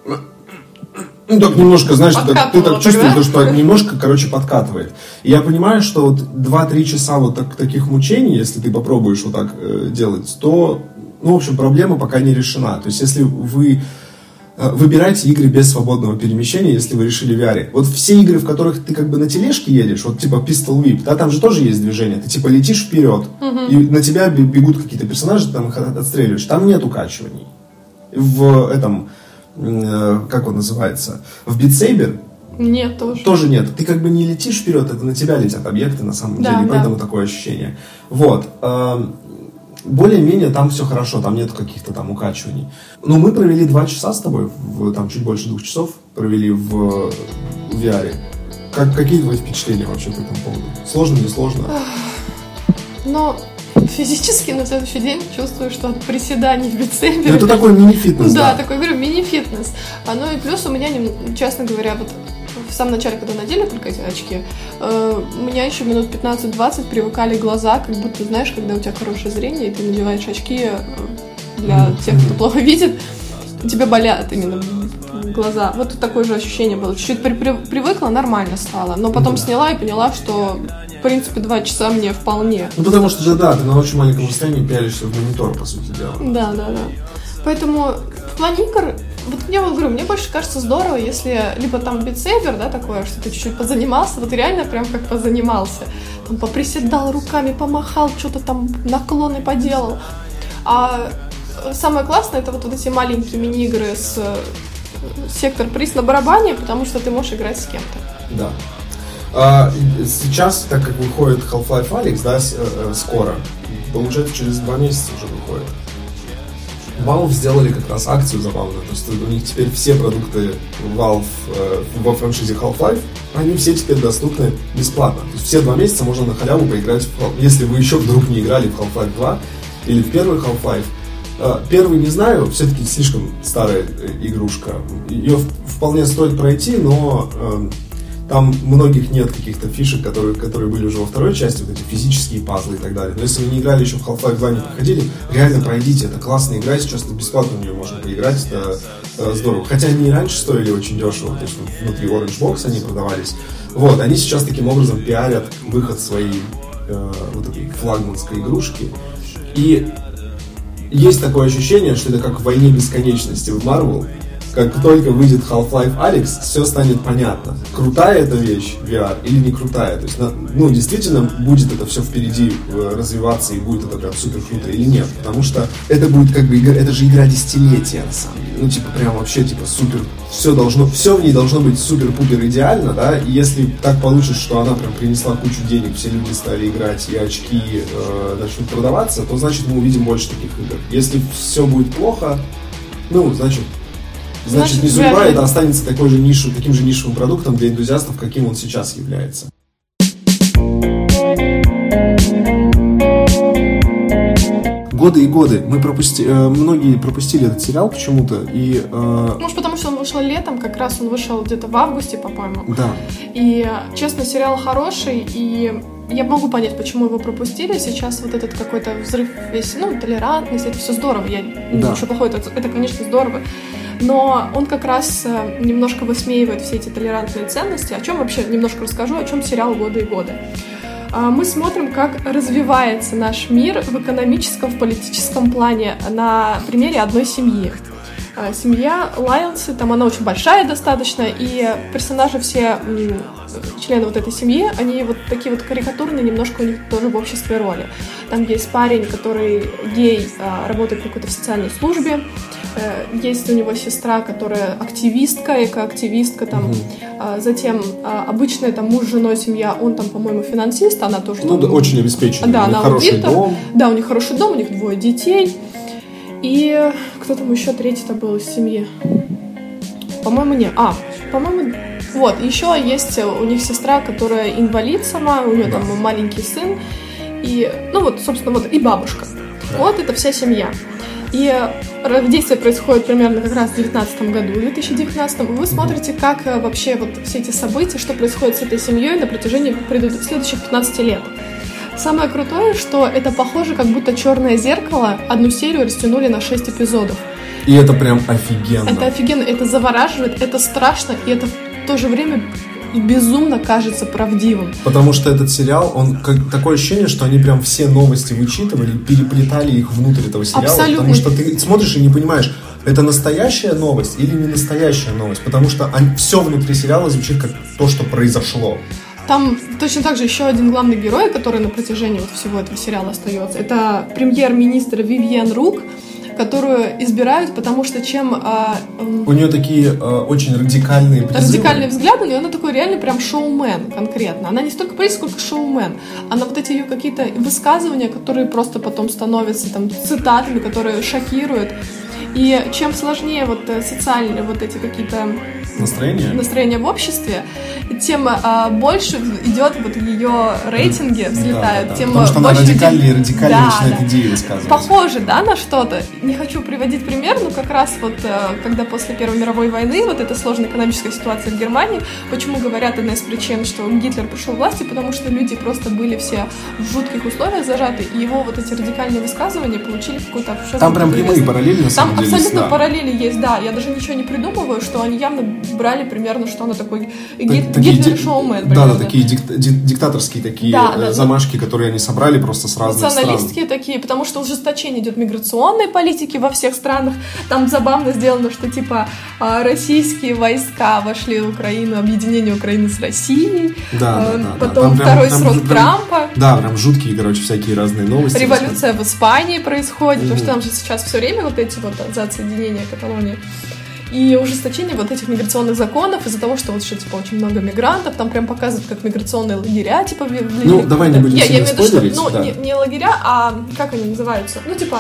так немножко, знаешь, ты так чувствуешь, что немножко, подкатывает. И я понимаю, что вот 2-3 часа вот таких мучений, если ты попробуешь вот так делать, то, в общем, проблема пока не решена. То есть, если вы выбирайте игры без свободного перемещения, если вы решили в VR. Вот все игры, в которых ты как бы на тележке едешь, вот типа Pistol Whip, да, там же тоже есть движение, ты типа летишь вперед, и на тебя бегут какие-то персонажи, ты там их отстреливаешь, там нет укачиваний. В этом, как он называется, в Beat Saber нет, тоже нет. Ты как бы не летишь вперед, это на тебя летят объекты на самом деле, поэтому такое ощущение. Вот. Более-менее там все хорошо, там нет каких-то там укачиваний. Но мы провели 2 часа с тобой, там чуть больше 2 часов провели в VR. Какие твои впечатления вообще по этому поводу? Сложно, не сложно? Физически на следующий день чувствую, что от приседаний в Beat Saber... Это такой мини-фитнес, да. Да, такой, говорю, мини-фитнес. И плюс у меня, честно говоря, вот в самом начале, когда надели только эти очки, у меня еще минут 15-20 привыкали глаза, как будто, знаешь, когда у тебя хорошее зрение, и ты надеваешь очки для тех, кто плохо видит, у тебя болят именно глаза. Вот такое же ощущение было. Чуть-чуть привыкла, нормально стало. Но потом сняла и поняла, что, в принципе, 2 часа мне вполне. Потому что, ты на очень маленьком расстоянии пялишься в монитор, по сути дела. Да. Поэтому в плане игр, вот я вам говорю, мне больше кажется здорово, если либо там Beat Saber, да, такое, что ты чуть-чуть позанимался, вот реально прям как позанимался. Там поприседал руками, помахал, что-то там наклоны поделал. А самое классное, это вот эти маленькие мини-игры с сектор приз на барабане, потому что ты можешь играть с кем-то. Да. Сейчас, так как выходит Half-Life Alyx, да, скоро, получается, через 2 месяца уже выходит. Valve сделали как раз акцию забавную, то есть у них теперь все продукты Valve во франшизе Half-Life, они все теперь доступны бесплатно. То есть все 2 месяца можно на халяву поиграть, если вы еще вдруг не играли в Half-Life 2 или в первый Half-Life. Первый не знаю, все-таки слишком старая игрушка. Ее вполне стоит пройти, но там многих нет каких-то фишек, которые были уже во второй части, вот эти физические пазлы и так далее. Но если вы не играли еще в Half-Life 2, не проходили, реально пройдите, это классная игра, сейчас бесплатно в нее можно поиграть, это здорово. Хотя они и раньше стоили очень дешево, то есть внутри Orange Box они продавались. Вот, они сейчас таким образом пиарят выход своей вот этой флагманской игрушки. И есть такое ощущение, что это как в «Войне бесконечности» в Marvel. как только выйдет Half-Life Alyx, все станет понятно. Крутая эта вещь, VR, или не крутая. То есть, ну, действительно, будет это все впереди развиваться, и будет это прям супер круто или нет. Потому что это будет как бы игра, это же игра десятилетия, на самом деле. Ну, типа, прям вообще, типа, супер, все в ней должно быть супер-пупер идеально, да, и если так получится, что она прям принесла кучу денег, все люди стали играть, и очки начнут продаваться, то, значит, мы увидим больше таких игр. Если все будет плохо, ну, значит не судьба, это останется таким же нишевым продуктом для энтузиастов, каким он сейчас является. Годы и годы. Многие пропустили этот сериал почему-то. И, может, потому что он вышел летом, как раз он вышел где-то в августе, по-моему. Да. И, честно, сериал хороший, и я могу понять, почему его пропустили. Сейчас вот этот какой-то взрыв весь, толерантность, это все здорово. Ничего плохого, это, конечно, здорово. Но он как раз немножко высмеивает все эти толерантные ценности. О чем вообще немножко расскажу, о чем сериал «Годы и годы». Мы смотрим, как развивается наш мир в экономическом, в политическом плане на примере одной семьи. Семья Лайлсы, там она очень большая достаточно, и персонажи все, члены вот этой семьи, они вот такие вот карикатурные, немножко у них тоже в обществе роли. Там есть парень, который гей, работает в какой-то в социальной службе, есть у него сестра, которая активистка, экоактивистка, там, затем обычная там муж с женой семья, он там, по-моему, финансист, она тоже... да, очень обеспеченный, да, у них хороший дом. Да, у них хороший дом, у них 2 детей. И кто там еще третий-то был из семьи? По-моему, нет. По-моему, вот, еще есть у них сестра, которая инвалид сама, у нее там маленький сын, и, собственно, и бабушка. Вот это вся семья. И действие происходит примерно как раз в 2019 году, в 2019. Вы смотрите, как вообще вот все эти события, что происходит с этой семьей на протяжении следующих 15 лет. Самое крутое, что это похоже, как будто «Черное зеркало» одну серию растянули на 6 эпизодов. И это прям офигенно. Это офигенно, это завораживает, это страшно, и это в то же время безумно кажется правдивым. Потому что этот сериал, такое ощущение, что они прям все новости вычитывали, переплетали их внутрь этого сериала. Абсолютно. Потому что ты смотришь и не понимаешь, это настоящая новость или не настоящая новость. Потому что все внутри сериала звучит как то, что произошло. Там точно так же еще один главный герой, который на протяжении вот всего этого сериала остается. Это премьер-министр Вивьен Рук, которую избирают, потому что у нее такие очень радикальные призывы. Радикальные взгляды, но она такой реально прям шоумен конкретно. Она не столько политик, сколько шоумен. Она вот эти ее какие-то высказывания, которые просто потом становятся там цитатами, которые шокируют. И чем сложнее вот социальные вот эти какие-то настроения в обществе, тем больше идет вот ее рейтинги взлетают, тем потому что она больше радикальнее начинает идеи высказывать. Похоже, на что-то. Не хочу приводить пример, но как раз вот когда после Первой мировой войны вот эта сложная экономическая ситуация в Германии, почему говорят, одна из причин, что Гитлер пришел к власти, потому что люди просто были все в жутких условиях зажаты, и его вот эти радикальные высказывания получили какую-то... Там прям прямые параллели, на самом деле. Там абсолютно параллели есть, да. Я даже ничего не придумываю, что они явно брали примерно, что она такой Гитлер-шоумен. Да, такие диктаторские такие замашки, которые они собрали просто с разных стран. Националистские такие, потому что ужесточение идет миграционной политики во всех странах. Там забавно сделано, что типа российские войска вошли в Украину, объединение Украины с Россией. Потом второй срок Трампа. Да, прям жуткие, всякие разные новости. Революция в Испании происходит, потому что там же сейчас все время вот эти вот за отсоединение Каталонии. И ужесточение вот этих миграционных законов из-за того, что вот еще, типа, очень много мигрантов, там прям показывают, как миграционные лагеря, типа... давай не будем сильно спойлерить. Не лагеря, а как они называются?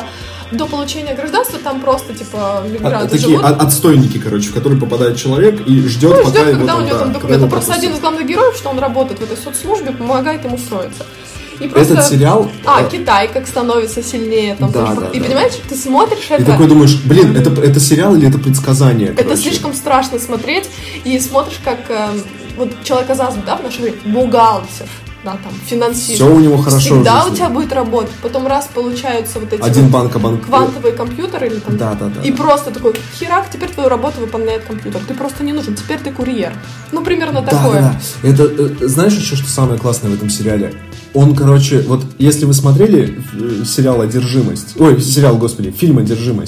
До получения гражданства там просто, типа, мигранты живут. Такие отстойники, в которые попадает человек и ждет, пока его когда у него там документы. Просто один из главных героев, что он работает в этой соцслужбе, помогает ему устроиться. И просто... Этот сериал... Китай как становится сильнее. Там, и понимаешь, ты смотришь это... И такой думаешь, это сериал или это предсказание? Это слишком страшно смотреть. И смотришь, как человек Азазов, в наше время, бухгалтер, финансист. Все у него хорошо. Всегда у тебя будет работать. Потом раз получаются вот эти квантовые компьютеры или там. И просто такой, херак, теперь твою работу выполняет компьютер. Ты просто не нужен, теперь ты курьер. Примерно такое. Да. Это, знаешь еще, что самое классное в этом сериале? Он, вот если вы смотрели фильм «Одержимость»,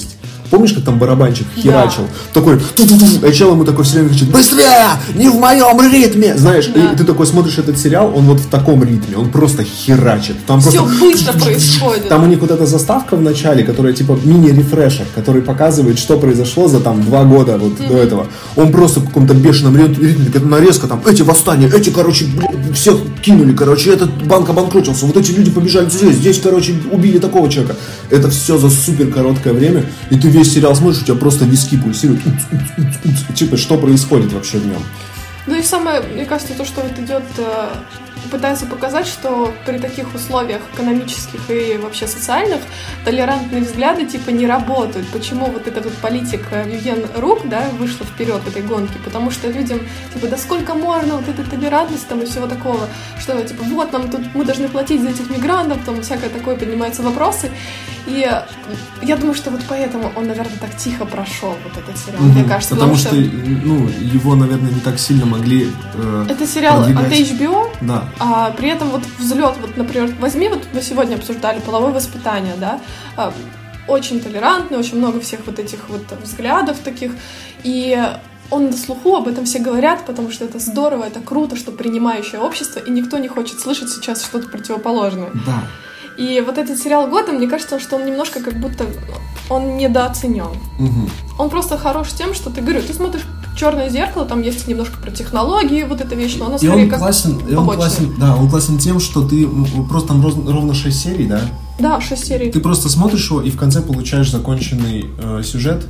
Помнишь, как там барабанщик херачил? Такой, а чел ему такой все время кричит: быстрее! Не в моем ритме! Знаешь, и ты такой смотришь этот сериал, он вот в таком ритме, он просто херачит. Там все просто быстро происходит. Там у них вот эта заставка в начале, которая типа мини-рефрешер, который показывает, что произошло за там 2 года вот до этого. Он просто в каком-то бешеном ритме, какая-то нарезка, там, эти восстания, эти, короче, всех кинули, короче, этот банк обанкротился, вот эти люди побежали здесь, короче, убили такого человека. Это все за супер короткое время, и ты весь сериал смотришь, у тебя просто виски пульсируют. Типа, что происходит вообще в нем? Ну и самое, мне кажется, то, что вот идет, пытается показать, что при таких условиях экономических и вообще социальных толерантные взгляды типа не работают. Почему вот этот вот политик Вивьен Рук, да, вышла вперед в этой гонке? Потому что людям, типа, да сколько можно вот этой толерантности там и всего такого, что типа вот нам тут, мы должны платить за этих мигрантов, там всякое такое, поднимаются вопросы. И я думаю, что вот поэтому он, наверное, так тихо прошел вот этот сериал, мне кажется. Потому что, ну, его, наверное, не так сильно могли это сериал продвигать. От HBO, да. А при этом вот взлет, вот, например, возьми, вот мы сегодня обсуждали половое воспитание, да, очень толерантный, очень много всех вот этих вот взглядов таких, и он на слуху, об этом все говорят, потому что это здорово, это круто, что принимающее общество, и никто не хочет слышать сейчас что-то противоположное. Да. И вот этот сериал «Готэм», мне кажется, что он немножко как будто он недооценен. Угу. Он просто хорош тем, что ты, говорю, ты смотришь «Черное зеркало», там есть немножко про технологии, вот эта вещь, но она скорее как побочная. Он классен тем, что ты просто там ровно 6 серий, да? Да, 6 серий. Ты просто смотришь его и в конце получаешь законченный сюжет,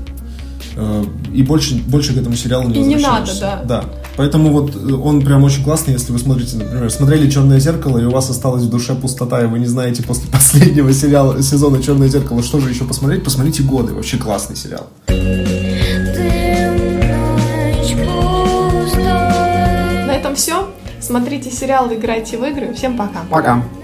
и больше к этому сериалу не возвращаешься. Не надо, да. Поэтому вот он прям очень классный, если вы смотрите, например, смотрели «Черное зеркало», и у вас осталась в душе пустота, и вы не знаете после последнего сезона «Черное зеркало», что же еще посмотреть, посмотрите «Годы». Вообще классный сериал. На этом все. Смотрите сериал, играйте в игры. Всем пока. Пока.